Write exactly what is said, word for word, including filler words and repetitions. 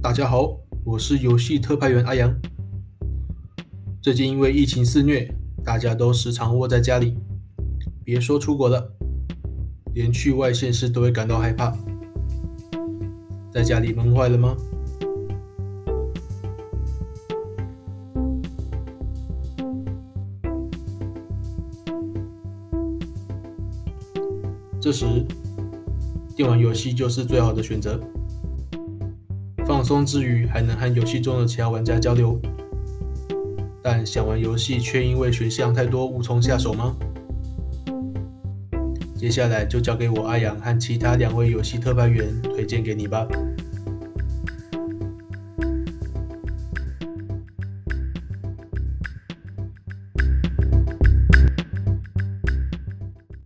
大家好，我是游戏特派员阿阳。最近因为疫情肆虐，大家都时常窝在家里，别说出国了，连去外县市都会感到害怕。在家里闷坏了吗？这时，电玩游戏就是最好的选择。放松之余，还能和游戏中的其他玩家交流。但想玩游戏却因为选项太多无从下手吗？接下来就交给我阿阳和其他两位游戏特派员推荐给你吧。